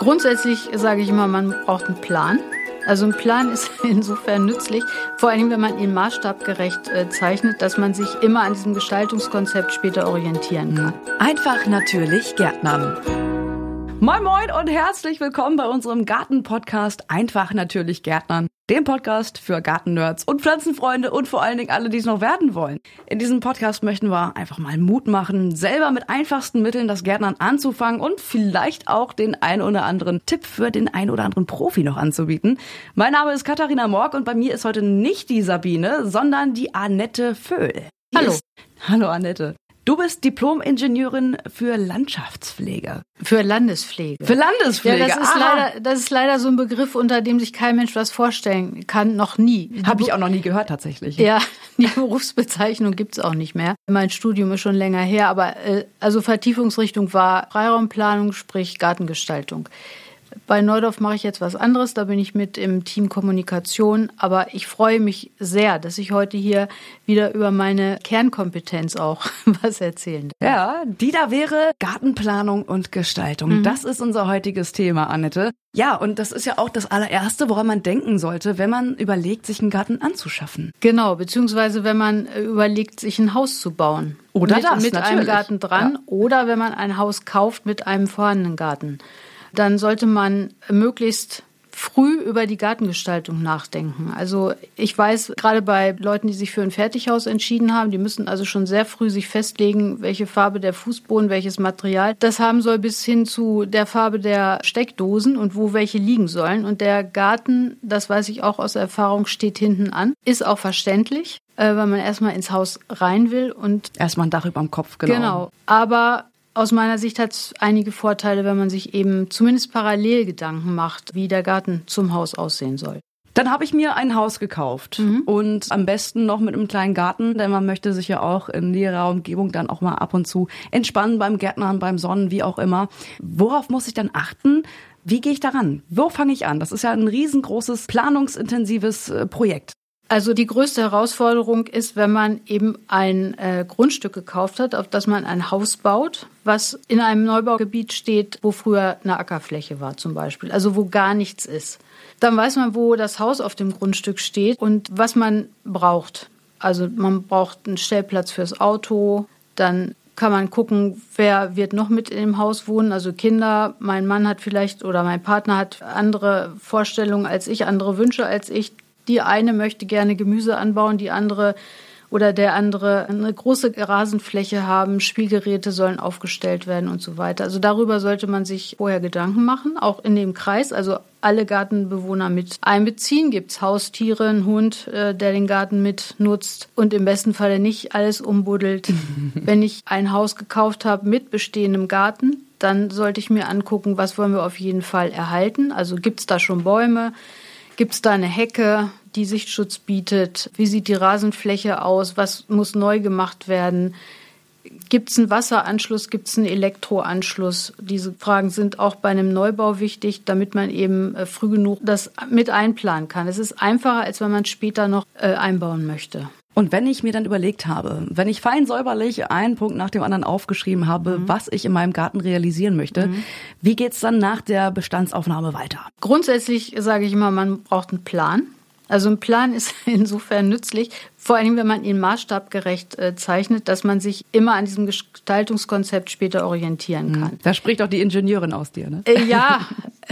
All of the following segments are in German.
Grundsätzlich sage ich immer, man braucht einen Plan. Also ein Plan ist insofern nützlich, vor allem wenn man ihn maßstabgerecht zeichnet, dass man sich immer an diesem Gestaltungskonzept später orientieren kann. Einfach natürlich Gärtnern. Moin Moin und herzlich willkommen bei unserem Garten-Podcast Einfach natürlich Gärtnern. Dem Podcast für Gartennerds und Pflanzenfreunde und vor allen Dingen alle, die es noch werden wollen. In diesem Podcast möchten wir einfach mal Mut machen, selber mit einfachsten Mitteln das Gärtnern anzufangen und vielleicht auch den ein oder anderen Tipp für den ein oder anderen Profi noch anzubieten. Mein Name ist Katharina Morg und bei mir ist heute nicht die Sabine, sondern die Annette Vöhl. Hallo. Hallo Annette. Du bist Diplom-Ingenieurin für Landschaftspflege. Für Landespflege. Für Landespflege, ja, das ist leider so ein Begriff, unter dem sich kein Mensch was vorstellen kann, noch nie. Habe ich auch noch nie gehört tatsächlich. Ja, die Berufsbezeichnung gibt's auch nicht mehr. Mein Studium ist schon länger her, aber also Vertiefungsrichtung war Freiraumplanung, sprich Gartengestaltung. Bei Neudorf mache ich jetzt was anderes, da bin ich mit im Team Kommunikation, aber ich freue mich sehr, dass ich heute hier wieder über meine Kernkompetenz auch was erzählen darf. Ja, die da wäre Gartenplanung und Gestaltung. Das ist unser heutiges Thema, Annette. Ja, und das ist ja auch das allererste, woran man denken sollte, wenn man überlegt, sich einen Garten anzuschaffen. Genau, beziehungsweise wenn man überlegt, sich ein Haus zu bauen. Oder mit einem Garten dran, ja. Oder wenn man ein Haus kauft mit einem vorhandenen Garten. Dann sollte man möglichst früh über die Gartengestaltung nachdenken. Also ich weiß, gerade bei Leuten, die sich für ein Fertighaus entschieden haben, die müssen also schon sehr früh sich festlegen, welche Farbe der Fußboden, welches Material das haben soll, bis hin zu der Farbe der Steckdosen und wo welche liegen sollen. Und der Garten, das weiß ich auch aus Erfahrung, steht hinten an. Ist auch verständlich, weil man erstmal ins Haus rein will. Und erstmal ein Dach über dem Kopf, genau. Genau, aber aus meiner Sicht hat es einige Vorteile, wenn man sich eben zumindest parallel Gedanken macht, wie der Garten zum Haus aussehen soll. Dann habe ich mir ein Haus gekauft und am besten noch mit einem kleinen Garten, denn man möchte sich ja auch in näherer Umgebung dann auch mal ab und zu entspannen beim Gärtnern, beim Sonnen, wie auch immer. Worauf muss ich dann achten? Wie gehe ich daran? Wo fange ich an? Das ist ja ein riesengroßes, planungsintensives Projekt. Also die größte Herausforderung ist, wenn man eben ein Grundstück gekauft hat, auf das man ein Haus baut, was in einem Neubaugebiet steht, wo früher eine Ackerfläche war zum Beispiel, also wo gar nichts ist. Dann weiß man, wo das Haus auf dem Grundstück steht und was man braucht. Also man braucht einen Stellplatz fürs Auto, dann kann man gucken, wer wird noch mit in dem Haus wohnen, also Kinder. Mein Mann hat vielleicht oder mein Partner hat andere Vorstellungen als ich, andere Wünsche als ich. Die eine möchte gerne Gemüse anbauen, die andere oder der andere eine große Rasenfläche haben, Spielgeräte sollen aufgestellt werden und so weiter. Also darüber sollte man sich vorher Gedanken machen, auch in dem Kreis, also alle Gartenbewohner mit einbeziehen. Gibt's Haustiere, einen Hund, der den Garten mit nutzt und im besten Falle nicht alles umbuddelt. Wenn ich ein Haus gekauft habe mit bestehendem Garten, dann sollte ich mir angucken, was wollen wir auf jeden Fall erhalten. Also gibt's da schon Bäume? Gibt es da eine Hecke, die Sichtschutz bietet? Wie sieht die Rasenfläche aus? Was muss neu gemacht werden? Gibt es einen Wasseranschluss? Gibt es einen Elektroanschluss? Diese Fragen sind auch bei einem Neubau wichtig, damit man eben früh genug das mit einplanen kann. Es ist einfacher, als wenn man es später noch einbauen möchte. Und wenn ich mir dann überlegt habe, wenn ich fein säuberlich einen Punkt nach dem anderen aufgeschrieben habe, was ich in meinem Garten realisieren möchte, wie geht's dann nach der Bestandsaufnahme weiter? Grundsätzlich sage ich immer, man braucht einen Plan. Also ein Plan ist insofern nützlich, vor allem wenn man ihn maßstabgerecht zeichnet, dass man sich immer an diesem Gestaltungskonzept später orientieren kann. Da spricht auch die Ingenieurin aus dir, ne? Ja.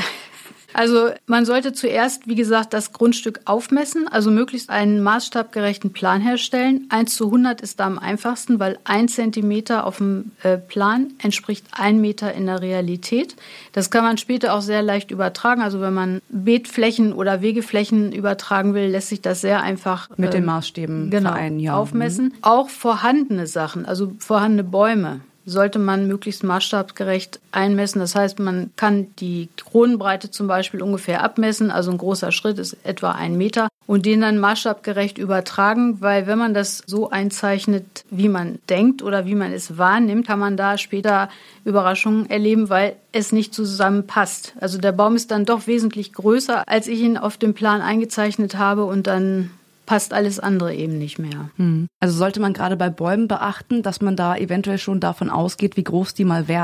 Also man sollte zuerst, wie gesagt, das Grundstück aufmessen, also möglichst einen maßstabgerechten Plan herstellen. 1:100 ist da am einfachsten, weil 1 Zentimeter auf dem Plan entspricht 1 Meter in der Realität. Das kann man später auch sehr leicht übertragen. Also wenn man Beetflächen oder Wegeflächen übertragen will, lässt sich das sehr einfach mit den Maßstäben vereinen, ja. Aufmessen. Auch vorhandene Sachen, also vorhandene Bäume, sollte man möglichst maßstabsgerecht einmessen. Das heißt, man kann die Kronenbreite zum Beispiel ungefähr abmessen. Also ein großer Schritt ist etwa 1 Meter. Und den dann maßstabsgerecht übertragen, weil wenn man das so einzeichnet, wie man denkt oder wie man es wahrnimmt, kann man da später Überraschungen erleben, weil es nicht zusammenpasst. Also der Baum ist dann doch wesentlich größer, als ich ihn auf dem Plan eingezeichnet habe und dann passt alles andere eben nicht mehr. Also sollte man gerade bei Bäumen beachten, dass man da eventuell schon davon ausgeht, wie groß die mal werden.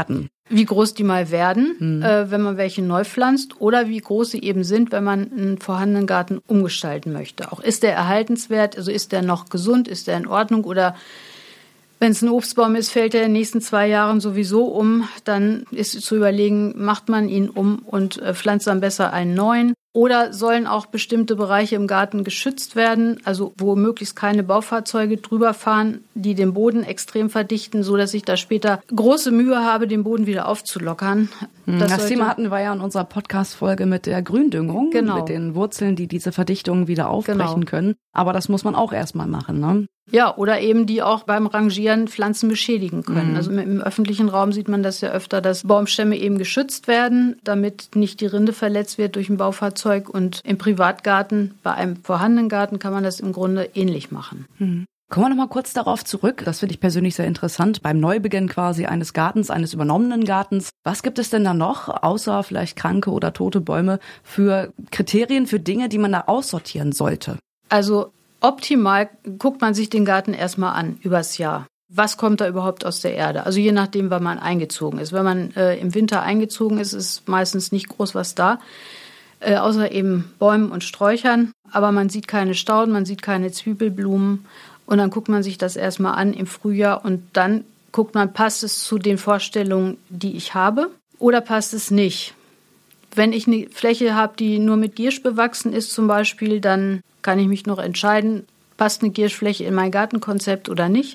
wie groß die mal werden, wenn man welche neu pflanzt, oder wie groß sie eben sind, wenn man einen vorhandenen Garten umgestalten möchte. Auch ist der erhaltenswert, also ist der noch gesund, ist der in Ordnung, oder wenn es ein Obstbaum ist, fällt er in den nächsten 2 Jahren sowieso um, dann ist zu überlegen, macht man ihn um und pflanzt dann besser einen neuen. Oder sollen auch bestimmte Bereiche im Garten geschützt werden, also wo möglichst keine Baufahrzeuge drüber fahren, die den Boden extrem verdichten, so dass ich da später große Mühe habe, den Boden wieder aufzulockern. Das Thema hatten wir ja in unserer Podcast-Folge mit der Gründüngung, genau, mit den Wurzeln, die diese Verdichtungen wieder aufbrechen können. Aber das muss man auch erstmal machen, ne? Ja, oder eben die auch beim Rangieren Pflanzen beschädigen können. Also im öffentlichen Raum sieht man das ja öfter, dass Baumstämme eben geschützt werden, damit nicht die Rinde verletzt wird durch ein Baufahrzeug. Und im Privatgarten, bei einem vorhandenen Garten, kann man das im Grunde ähnlich machen. Kommen wir noch mal kurz darauf zurück. Das finde ich persönlich sehr interessant. Beim Neubeginn quasi eines Gartens, eines übernommenen Gartens. Was gibt es denn da noch, außer vielleicht kranke oder tote Bäume, für Kriterien, für Dinge, die man da aussortieren sollte? Also optimal guckt man sich den Garten erstmal an, übers Jahr. Was kommt da überhaupt aus der Erde? Also je nachdem, wann man eingezogen ist. Wenn man im Winter eingezogen ist, ist meistens nicht groß was da, außer eben Bäumen und Sträuchern. Aber man sieht keine Stauden, man sieht keine Zwiebelblumen. Und dann guckt man sich das erstmal an im Frühjahr und dann guckt man, passt es zu den Vorstellungen, die ich habe, oder passt es nicht? Wenn ich eine Fläche habe, die nur mit Giersch bewachsen ist zum Beispiel, dann kann ich mich noch entscheiden, passt eine Gierschfläche in mein Gartenkonzept oder nicht.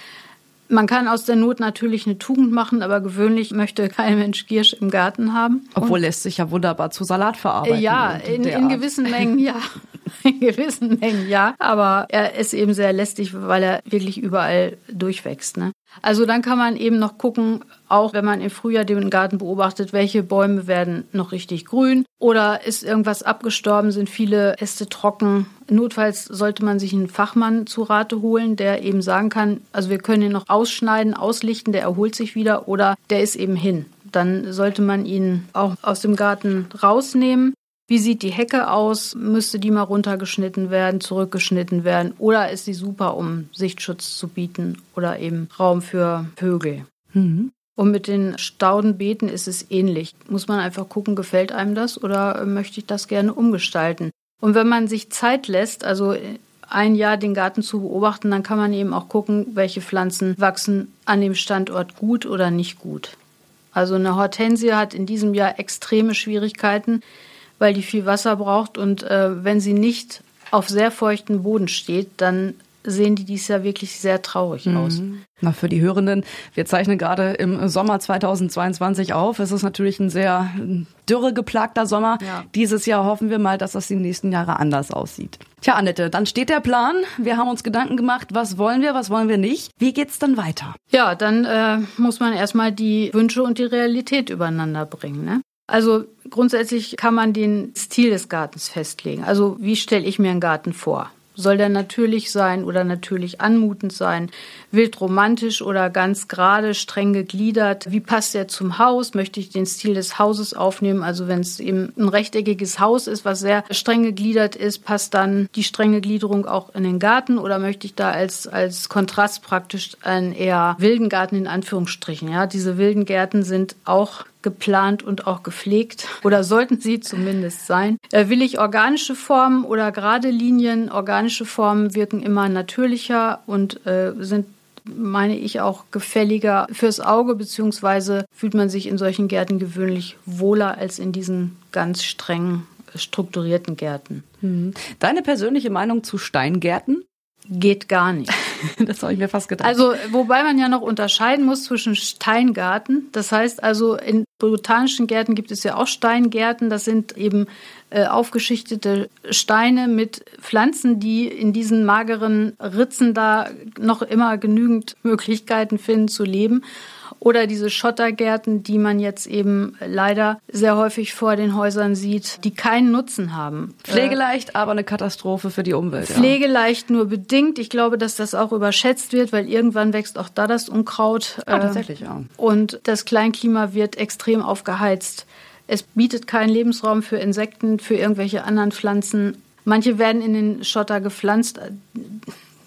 Man kann aus der Not natürlich eine Tugend machen, aber gewöhnlich möchte kein Mensch Giersch im Garten haben. Obwohl lässt sich ja wunderbar zu Salat verarbeiten. Ja, in gewissen Mengen ja. In gewissen Mengen ja. Aber er ist eben sehr lästig, weil er wirklich überall durchwächst, ne? Also dann kann man eben noch gucken, auch wenn man im Frühjahr den Garten beobachtet, welche Bäume werden noch richtig grün oder ist irgendwas abgestorben, sind viele Äste trocken. Notfalls sollte man sich einen Fachmann zu Rate holen, der eben sagen kann, also wir können ihn noch ausschneiden, auslichten, der erholt sich wieder oder der ist eben hin. Dann sollte man ihn auch aus dem Garten rausnehmen. Wie sieht die Hecke aus? Müsste die mal runtergeschnitten werden, zurückgeschnitten werden? Oder ist sie super, um Sichtschutz zu bieten oder eben Raum für Vögel? Und mit den Staudenbeeten ist es ähnlich. Muss man einfach gucken, gefällt einem das oder möchte ich das gerne umgestalten? Und wenn man sich Zeit lässt, also ein Jahr den Garten zu beobachten, dann kann man eben auch gucken, welche Pflanzen wachsen an dem Standort gut oder nicht gut. Also eine Hortensie hat in diesem Jahr extreme Schwierigkeiten, weil die viel Wasser braucht und wenn sie nicht auf sehr feuchten Boden steht, dann sehen die dieses Jahr wirklich sehr traurig aus. Na, für die Hörenden, wir zeichnen gerade im Sommer 2022 auf. Es ist natürlich ein sehr dürregeplagter Sommer. Ja. Dieses Jahr hoffen wir mal, dass das die nächsten Jahre anders aussieht. Tja, Annette, dann steht der Plan. Wir haben uns Gedanken gemacht, was wollen wir nicht. Wie geht's dann weiter? Ja, dann muss man erstmal die Wünsche und die Realität übereinander bringen, ne? Also grundsätzlich kann man den Stil des Gartens festlegen. Also wie stelle ich mir einen Garten vor? Soll der natürlich sein oder natürlich anmutend sein? Wild romantisch oder ganz gerade, streng gegliedert? Wie passt der zum Haus? Möchte ich den Stil des Hauses aufnehmen? Also wenn es eben ein rechteckiges Haus ist, was sehr streng gegliedert ist, passt dann die strenge Gliederung auch in den Garten? Oder möchte ich da als Kontrast praktisch einen eher wilden Garten in Anführungsstrichen? Ja, diese wilden Gärten sind auch geplant und auch gepflegt oder sollten sie zumindest sein. Will ich organische Formen oder gerade Linien? Organische Formen wirken immer natürlicher und sind, meine ich, auch gefälliger fürs Auge, beziehungsweise fühlt man sich in solchen Gärten gewöhnlich wohler als in diesen ganz streng strukturierten Gärten. Deine persönliche Meinung zu Steingärten? Geht gar nicht. Das habe ich mir fast gedacht. Also, wobei man ja noch unterscheiden muss zwischen Steingarten. Das heißt also, in botanischen Gärten gibt es ja auch Steingärten. Das sind eben aufgeschichtete Steine mit Pflanzen, die in diesen mageren Ritzen da noch immer genügend Möglichkeiten finden zu leben. Oder diese Schottergärten, die man jetzt eben leider sehr häufig vor den Häusern sieht, die keinen Nutzen haben. Pflegeleicht, aber eine Katastrophe für die Umwelt. Pflegeleicht nur bedingt. Ich glaube, dass das auch überschätzt wird, weil irgendwann wächst auch da das Unkraut. Tatsächlich, ja. Und das Kleinklima wird extrem aufgeheizt. Es bietet keinen Lebensraum für Insekten, für irgendwelche anderen Pflanzen. Manche werden in den Schotter gepflanzt.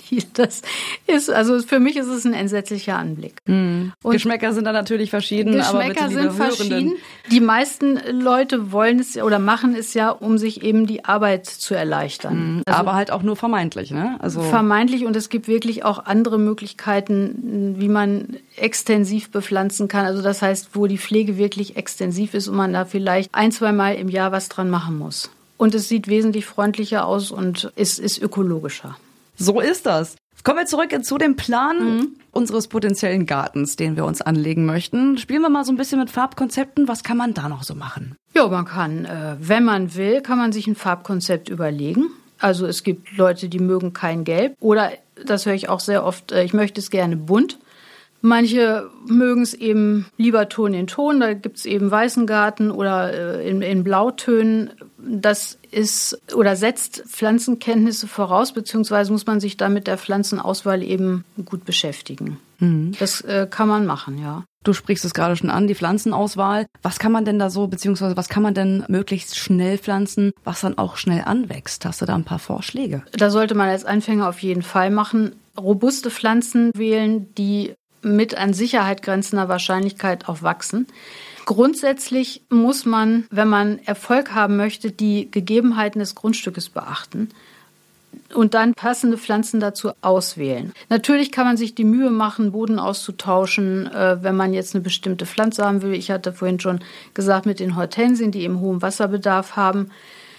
Das ist, also für mich ist es ein entsetzlicher Anblick. Und Geschmäcker sind da natürlich verschieden. Geschmäcker aber sind verschieden. Die meisten Leute wollen es oder machen es ja, um sich eben die Arbeit zu erleichtern. Also aber halt auch nur vermeintlich, ne? Also vermeintlich, und es gibt wirklich auch andere Möglichkeiten, wie man extensiv bepflanzen kann. Also das heißt, wo die Pflege wirklich extensiv ist und man da vielleicht 1-2 Mal im Jahr was dran machen muss. Und es sieht wesentlich freundlicher aus und es ist ökologischer. So ist das. Kommen wir zurück zu dem Plan unseres potenziellen Gartens, den wir uns anlegen möchten. Spielen wir mal so ein bisschen mit Farbkonzepten. Was kann man da noch so machen? Ja, man kann, wenn man will, kann man sich ein Farbkonzept überlegen. Also es gibt Leute, die mögen kein Gelb. Oder, das höre ich auch sehr oft, ich möchte es gerne bunt. Manche mögen es eben lieber Ton in Ton. Da gibt es eben weißen Garten oder in Blautönen. Das ist oder setzt Pflanzenkenntnisse voraus, beziehungsweise muss man sich da mit der Pflanzenauswahl eben gut beschäftigen. Das kann man machen, ja. Du sprichst es gerade schon an, die Pflanzenauswahl. Was kann man denn da so, beziehungsweise was kann man denn möglichst schnell pflanzen, was dann auch schnell anwächst? Hast du da ein paar Vorschläge? Da sollte man als Anfänger auf jeden Fall machen. Robuste Pflanzen wählen, die mit an Sicherheit grenzender Wahrscheinlichkeit auch wachsen. Grundsätzlich muss man, wenn man Erfolg haben möchte, die Gegebenheiten des Grundstückes beachten und dann passende Pflanzen dazu auswählen. Natürlich kann man sich die Mühe machen, Boden auszutauschen, wenn man jetzt eine bestimmte Pflanze haben will. Ich hatte vorhin schon gesagt, mit den Hortensien, die eben hohen Wasserbedarf haben,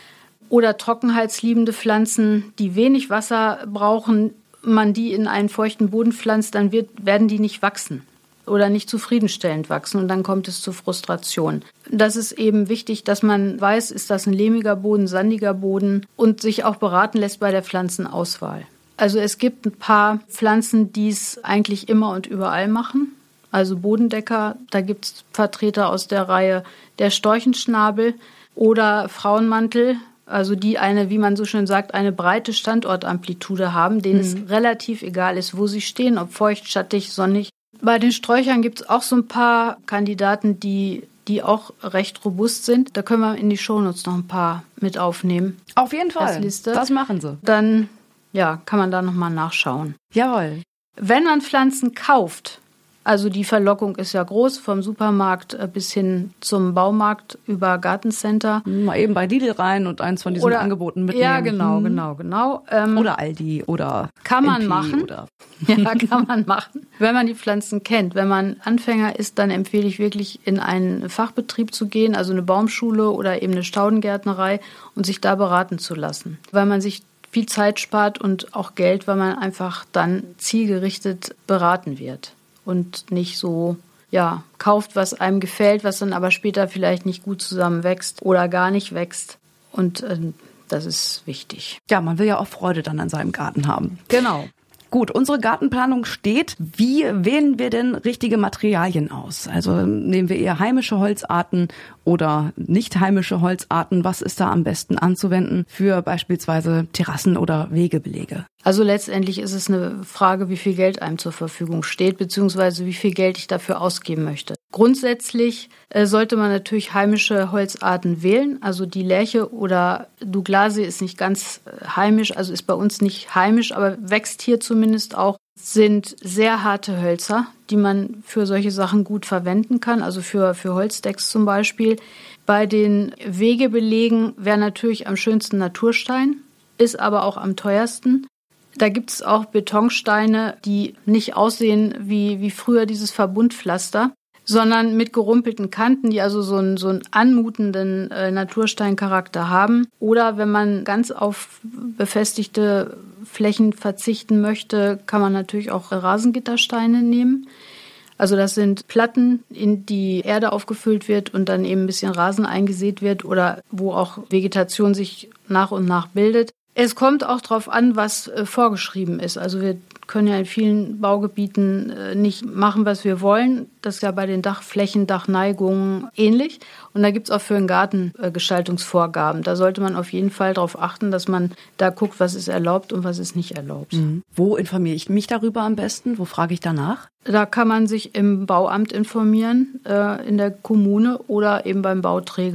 oder trockenheitsliebende Pflanzen, die wenig Wasser brauchen, man die in einen feuchten Boden pflanzt, dann werden die nicht wachsen oder nicht zufriedenstellend wachsen und dann kommt es zu Frustration. Das ist eben wichtig, dass man weiß, ist das ein lehmiger Boden, sandiger Boden und sich auch beraten lässt bei der Pflanzenauswahl. Also es gibt ein paar Pflanzen, die es eigentlich immer und überall machen. Also Bodendecker, da gibt es Vertreter aus der Reihe der Storchenschnabel oder Frauenmantel, also die eine, wie man so schön sagt, eine breite Standortamplitude haben, denen es relativ egal ist, wo sie stehen, ob feucht, schattig, sonnig. Bei den Sträuchern gibt es auch so ein paar Kandidaten, die auch recht robust sind. Da können wir in die Shownotes noch ein paar mit aufnehmen. Auf jeden Fall, das machen sie. Dann kann man da nochmal nachschauen. Jawohl. Wenn man Pflanzen kauft, also die Verlockung ist ja groß, vom Supermarkt bis hin zum Baumarkt über Gartencenter. Mal eben bei Lidl rein und eins von diesen Angeboten mitnehmen. Ja, genau. Oder Aldi oder kann man MP machen. Ja, kann man machen. Wenn man die Pflanzen kennt. Wenn man Anfänger ist, dann empfehle ich wirklich in einen Fachbetrieb zu gehen, also eine Baumschule oder eben eine Staudengärtnerei und sich da beraten zu lassen. Weil man sich viel Zeit spart und auch Geld, weil man einfach dann zielgerichtet beraten wird. Und nicht so, kauft, was einem gefällt, was dann aber später vielleicht nicht gut zusammenwächst oder gar nicht wächst. Und das ist wichtig. Ja, man will ja auch Freude dann an seinem Garten haben. Genau. Gut, unsere Gartenplanung steht. Wie wählen wir denn richtige Materialien aus? Also nehmen wir eher heimische Holzarten oder nicht heimische Holzarten? Was ist da am besten anzuwenden für beispielsweise Terrassen oder Wegebelege? Also letztendlich ist es eine Frage, wie viel Geld einem zur Verfügung steht, beziehungsweise wie viel Geld ich dafür ausgeben möchte. Grundsätzlich sollte man natürlich heimische Holzarten wählen. Also die Lärche oder Douglasie ist nicht ganz heimisch, also ist bei uns nicht heimisch, aber wächst hier zumindest auch, sind sehr harte Hölzer, die man für solche Sachen gut verwenden kann, also für Holzdecks zum Beispiel. Bei den Wegebelegen wäre natürlich am schönsten Naturstein, ist aber auch am teuersten. Da gibt es auch Betonsteine, die nicht aussehen wie früher dieses Verbundpflaster, sondern mit gerumpelten Kanten, die also so einen anmutenden Natursteincharakter haben. Oder wenn man ganz auf befestigte Flächen verzichten möchte, kann man natürlich auch Rasengittersteine nehmen. Also das sind Platten, in die Erde aufgefüllt wird und dann eben ein bisschen Rasen eingesät wird oder wo auch Vegetation sich nach und nach bildet. Es kommt auch darauf an, was vorgeschrieben ist. Also wir können ja in vielen Baugebieten nicht machen, was wir wollen. Das ist ja bei den Dachflächen, Dachneigungen ähnlich. Und da gibt es auch für den Garten Gestaltungsvorgaben. Da sollte man auf jeden Fall darauf achten, dass man da guckt, was ist erlaubt und was ist nicht erlaubt. Mhm. Wo informiere ich mich darüber am besten? Wo frage ich danach? Da kann man sich im Bauamt informieren, in der Kommune oder eben beim Bauträger.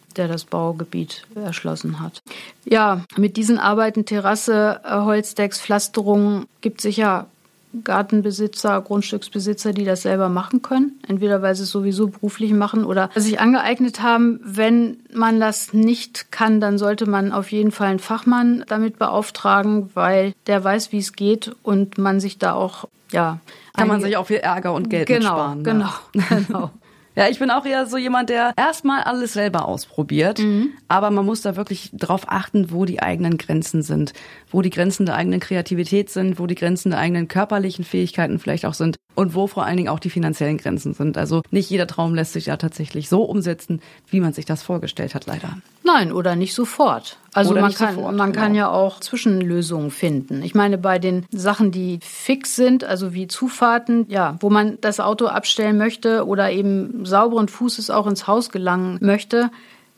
der das Baugebiet erschlossen hat. Ja, mit diesen Arbeiten, Terrasse, Holzdecks, Pflasterung, gibt sicher Gartenbesitzer, Grundstücksbesitzer, die das selber machen können. Entweder weil sie es sowieso beruflich machen oder sich angeeignet haben. Wenn man das nicht kann, dann sollte man auf jeden Fall einen Fachmann damit beauftragen, weil der weiß, wie es geht und man sich da auch, ja... Kann man sich auch viel Ärger und Geld mitsparen. Genau. Ja, ich bin auch eher so jemand, der erstmal alles selber ausprobiert. Aber man muss da wirklich drauf achten, wo die eigenen Grenzen sind. Wo die Grenzen der eigenen Kreativität sind, wo die Grenzen der eigenen körperlichen Fähigkeiten vielleicht auch sind und wo vor allen Dingen auch die finanziellen Grenzen sind. Also nicht jeder Traum lässt sich ja tatsächlich so umsetzen, wie man sich das vorgestellt hat, leider. Nein, oder nicht sofort. Also man kann ja auch Zwischenlösungen finden. Ich meine, bei den Sachen, die fix sind, also wie Zufahrten, ja, wo man das Auto abstellen möchte oder eben sauberen Fußes auch ins Haus gelangen möchte,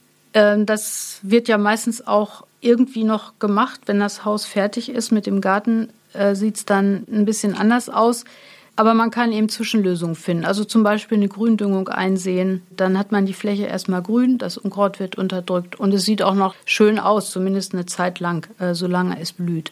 das wird ja meistens auch irgendwie noch gemacht. Wenn das Haus fertig ist mit dem Garten, sieht es dann ein bisschen anders aus. Aber man kann eben Zwischenlösungen finden. Also zum Beispiel eine Gründüngung einsehen. Dann hat man die Fläche erstmal grün, das Unkraut wird unterdrückt. Und es sieht auch noch schön aus, zumindest eine Zeit lang, solange es blüht.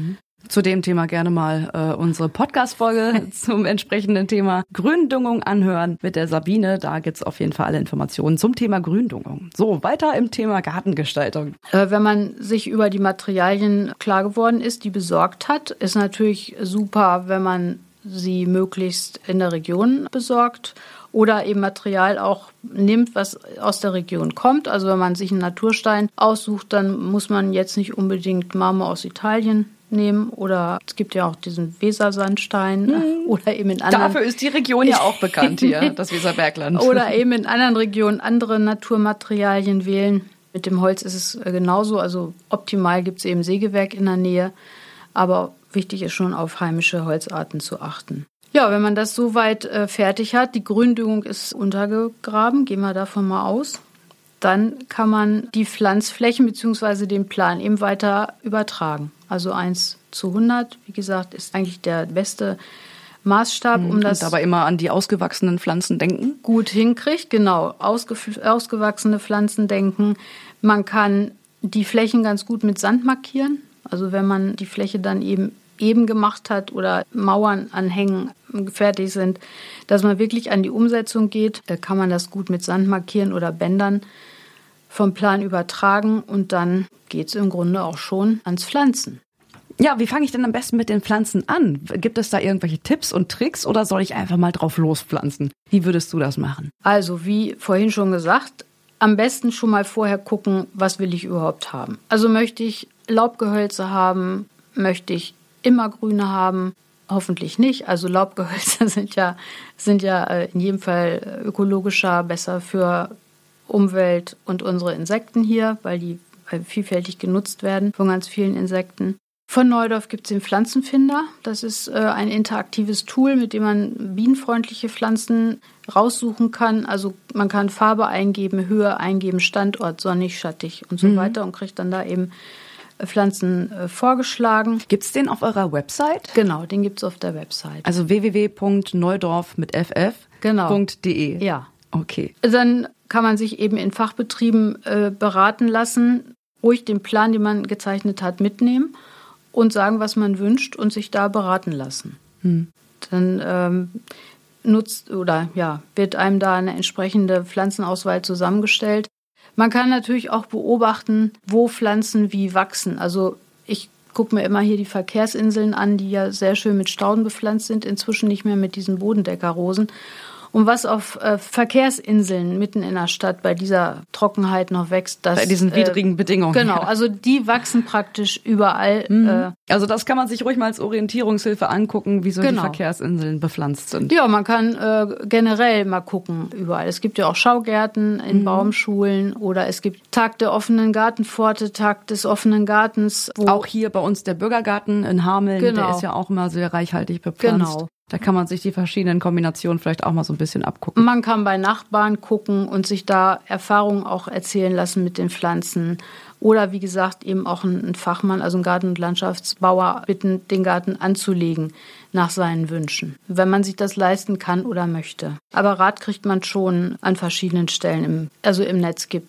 Zu dem Thema gerne mal unsere Podcast-Folge zum entsprechenden Thema Gründüngung anhören mit der Sabine. Da gibt's auf jeden Fall alle Informationen zum Thema Gründüngung. So, weiter im Thema Gartengestaltung. Wenn man sich über die Materialien klar geworden ist, die besorgt hat, ist natürlich super, wenn man sie möglichst in der Region besorgt oder eben Material auch nimmt, was aus der Region kommt. Also wenn man sich einen Naturstein aussucht, dann muss man jetzt nicht unbedingt Marmor aus Italien nehmen oder es gibt ja auch diesen Wesersandstein oder eben in anderen... Dafür ist die Region ja auch bekannt hier, das Weserbergland. Oder eben in anderen Regionen andere Naturmaterialien wählen. Mit dem Holz ist es genauso, also optimal gibt es eben Sägewerk in der Nähe, aber wichtig ist schon, auf heimische Holzarten zu achten. Ja, wenn man das soweit fertig hat, die Gründüngung ist untergegraben, gehen wir davon mal aus, dann kann man die Pflanzflächen bzw. den Plan eben weiter übertragen. Also 1:100, wie gesagt, ist eigentlich der beste Maßstab, um das... Und aber immer an die ausgewachsenen Pflanzen denken? Gut hinkriegt, genau. Ausgewachsene Pflanzen denken. Man kann die Flächen ganz gut mit Sand markieren. Also wenn man die Fläche dann eben gemacht hat oder Mauern anhängen fertig sind, dass man wirklich an die Umsetzung geht, da kann man das gut mit Sand markieren oder Bändern vom Plan übertragen und dann geht es im Grunde auch schon ans Pflanzen. Ja, wie fange ich denn am besten mit den Pflanzen an? Gibt es da irgendwelche Tipps und Tricks oder soll ich einfach mal drauf lospflanzen? Wie würdest du das machen? Also wie vorhin schon gesagt, am besten schon mal vorher gucken, was will ich überhaupt haben. Also möchte ich Laubgehölze haben, möchte ich Immergrüne haben, hoffentlich nicht. Also Laubgehölze sind ja in jedem Fall ökologischer, besser für Umwelt und unsere Insekten hier, weil die vielfältig genutzt werden von ganz vielen Insekten. Von Neudorf gibt es den Pflanzenfinder. Das ist ein interaktives Tool, mit dem man bienenfreundliche Pflanzen raussuchen kann. Also man kann Farbe eingeben, Höhe eingeben, Standort, sonnig, schattig und so weiter und kriegt dann da eben Pflanzen vorgeschlagen. Gibt's den auf eurer Website? Genau, den gibt's auf der Website. Also www.neudorf.de. Ja. Okay. Dann kann man sich eben in Fachbetrieben beraten lassen, ruhig den Plan, den man gezeichnet hat, mitnehmen und sagen, was man wünscht und sich da beraten lassen. Dann wird einem da eine entsprechende Pflanzenauswahl zusammengestellt. Man kann natürlich auch beobachten, wo Pflanzen wie wachsen. Also ich gucke mir immer hier die Verkehrsinseln an, die ja sehr schön mit Stauden bepflanzt sind, inzwischen nicht mehr mit diesen Bodendeckerrosen. Und was auf Verkehrsinseln mitten in der Stadt bei dieser Trockenheit noch wächst, das... Bei diesen widrigen Bedingungen. Genau, also die wachsen praktisch überall. Also das kann man sich ruhig mal als Orientierungshilfe angucken, wie so die Verkehrsinseln bepflanzt sind. Ja, man kann generell mal gucken überall. Es gibt ja auch Schaugärten in Baumschulen oder es gibt Tag der offenen Gartenpforte, Tag des offenen Gartens. Auch hier bei uns der Bürgergarten in Hameln, der ist ja auch immer sehr reichhaltig bepflanzt. Genau. Da kann man sich die verschiedenen Kombinationen vielleicht auch mal so ein bisschen abgucken. Man kann bei Nachbarn gucken und sich da Erfahrungen auch erzählen lassen mit den Pflanzen. Oder wie gesagt, eben auch einen Fachmann, also einen Garten- und Landschaftsbauer bitten, den Garten anzulegen nach seinen Wünschen, wenn man sich das leisten kann oder möchte. Aber Rat kriegt man schon an verschiedenen Stellen. Im Netz gibt's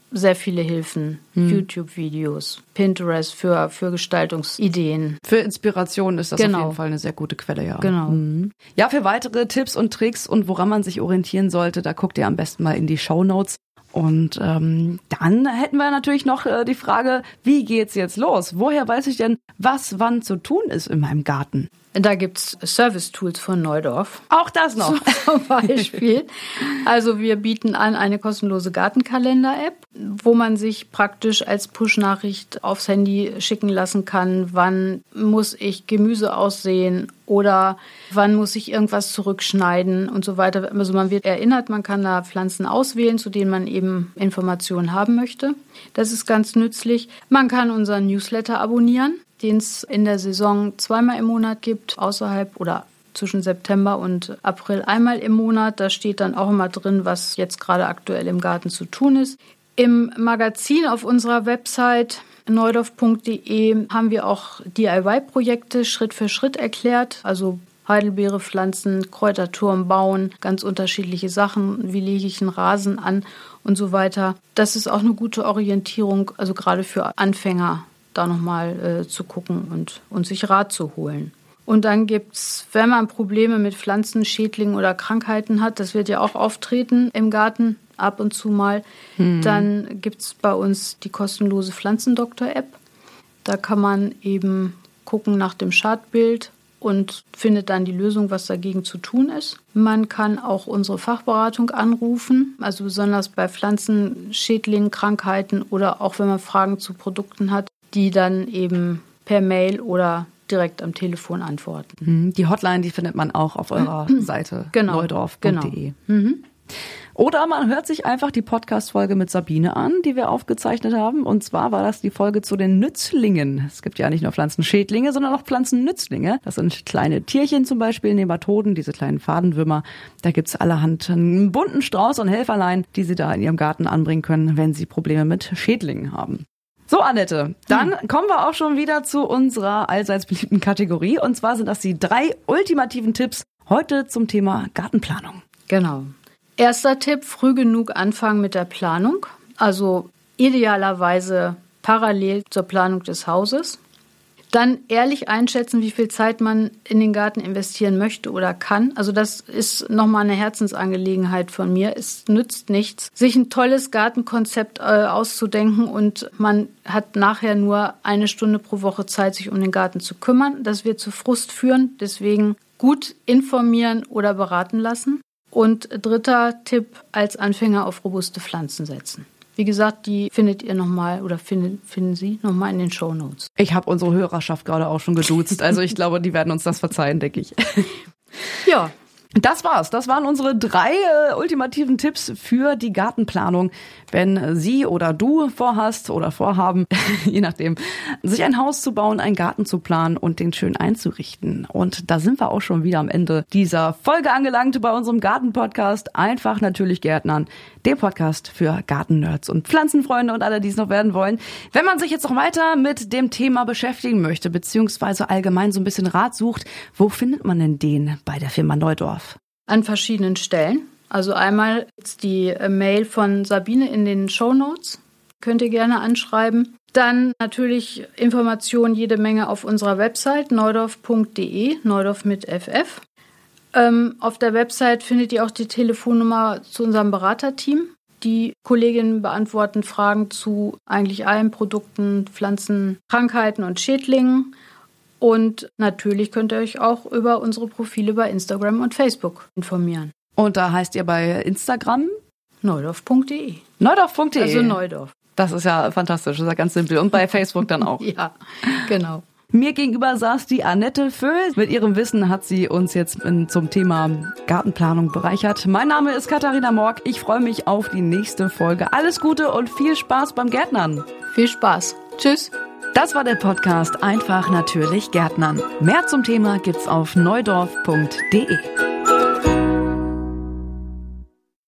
sehr viele Hilfen. YouTube-Videos, Pinterest für Gestaltungsideen. Für Inspiration ist das auf jeden Fall eine sehr gute Quelle, ja. Genau. Ja, für weitere Tipps und Tricks und woran man sich orientieren sollte, da guckt ihr am besten mal in die Shownotes. Und dann hätten wir natürlich noch die Frage, wie geht's jetzt los? Woher weiß ich denn, was wann zu tun ist in meinem Garten? Da gibt's Service-Tools von Neudorf. Auch das noch. Zum Beispiel. Also wir bieten an eine kostenlose Gartenkalender-App, wo man sich praktisch als Push-Nachricht aufs Handy schicken lassen kann, wann muss ich Gemüse aussehen oder wann muss ich irgendwas zurückschneiden und so weiter. Also man wird erinnert, man kann da Pflanzen auswählen, zu denen man eben Informationen haben möchte. Das ist ganz nützlich. Man kann unseren Newsletter abonnieren, den es in der Saison 2-mal im Monat gibt, außerhalb oder zwischen September und April einmal im Monat. Da steht dann auch immer drin, was jetzt gerade aktuell im Garten zu tun ist. Im Magazin auf unserer Website neudorf.de haben wir auch DIY-Projekte Schritt für Schritt erklärt, also Heidelbeere pflanzen, Kräuterturm bauen, ganz unterschiedliche Sachen, wie lege ich einen Rasen an und so weiter. Das ist auch eine gute Orientierung, also gerade für Anfänger, da nochmal zu gucken und sich Rat zu holen. Und dann gibt's, wenn man Probleme mit Pflanzen, Schädlingen oder Krankheiten hat, das wird ja auch auftreten im Garten ab und zu mal, dann gibt's bei uns die kostenlose Pflanzendoktor-App. Da kann man eben gucken nach dem Schadbild und findet dann die Lösung, was dagegen zu tun ist. Man kann auch unsere Fachberatung anrufen, also besonders bei Pflanzen, Schädlingen, Krankheiten oder auch wenn man Fragen zu Produkten hat, die dann eben per Mail oder direkt am Telefon antworten. Die Hotline, die findet man auch auf eurer Seite neudorf.de. Genau. Oder man hört sich einfach die Podcast-Folge mit Sabine an, die wir aufgezeichnet haben. Und zwar war das die Folge zu den Nützlingen. Es gibt ja nicht nur Pflanzenschädlinge, sondern auch Pflanzennützlinge. Das sind kleine Tierchen zum Beispiel, Nematoden, diese kleinen Fadenwürmer. Da gibt's allerhand einen bunten Strauß und Helferlein, die sie da in ihrem Garten anbringen können, wenn sie Probleme mit Schädlingen haben. So, Annette, dann kommen wir auch schon wieder zu unserer allseits beliebten Kategorie. Und zwar sind das die 3 ultimativen Tipps heute zum Thema Gartenplanung. Genau. Erster Tipp, früh genug anfangen mit der Planung. Also idealerweise parallel zur Planung des Hauses. Dann ehrlich einschätzen, wie viel Zeit man in den Garten investieren möchte oder kann. Also das ist nochmal eine Herzensangelegenheit von mir. Es nützt nichts, sich ein tolles Gartenkonzept auszudenken und man hat nachher nur 1 Stunde pro Woche Zeit, sich um den Garten zu kümmern. Das wird zu Frust führen. Deswegen gut informieren oder beraten lassen. Und 3. Tipp, als Anfänger auf robuste Pflanzen setzen. Wie gesagt, die findet ihr nochmal oder finden Sie nochmal in den Shownotes. Ich habe unsere Hörerschaft gerade auch schon geduzt. Also ich glaube, die werden uns das verzeihen, denke ich. Ja. Das war's. Das waren unsere 3 ultimativen Tipps für die Gartenplanung. Wenn Sie oder du vorhast oder vorhaben, je nachdem, sich ein Haus zu bauen, einen Garten zu planen und den schön einzurichten. Und da sind wir auch schon wieder am Ende dieser Folge angelangt bei unserem Garten-Podcast Einfach natürlich Gärtnern, dem Podcast für Gartennerds und Pflanzenfreunde und alle, die es noch werden wollen. Wenn man sich jetzt noch weiter mit dem Thema beschäftigen möchte, beziehungsweise allgemein so ein bisschen Rat sucht, wo findet man denn den bei der Firma Neudorf? An verschiedenen Stellen. Also einmal ist die Mail von Sabine in den Shownotes. Könnt ihr gerne anschreiben. Dann natürlich Informationen jede Menge auf unserer Website neudorf.de, Neudorf mit FF. Auf der Website findet ihr auch die Telefonnummer zu unserem Beraterteam. Die Kolleginnen beantworten Fragen zu eigentlich allen Produkten, Pflanzen, Krankheiten und Schädlingen. Und natürlich könnt ihr euch auch über unsere Profile bei Instagram und Facebook informieren. Und da heißt ihr bei Instagram? Neudorf.de. Neudorf.de. Also Neudorf. Das ist ja fantastisch, das ist ja ganz simpel. Und bei Facebook dann auch. Ja, genau. Mir gegenüber saß die Annette Vöhl. Mit ihrem Wissen hat sie uns jetzt zum Thema Gartenplanung bereichert. Mein Name ist Katharina Morg. Ich freue mich auf die nächste Folge. Alles Gute und viel Spaß beim Gärtnern. Viel Spaß. Tschüss. Das war der Podcast Einfach natürlich Gärtnern. Mehr zum Thema gibt's auf neudorf.de.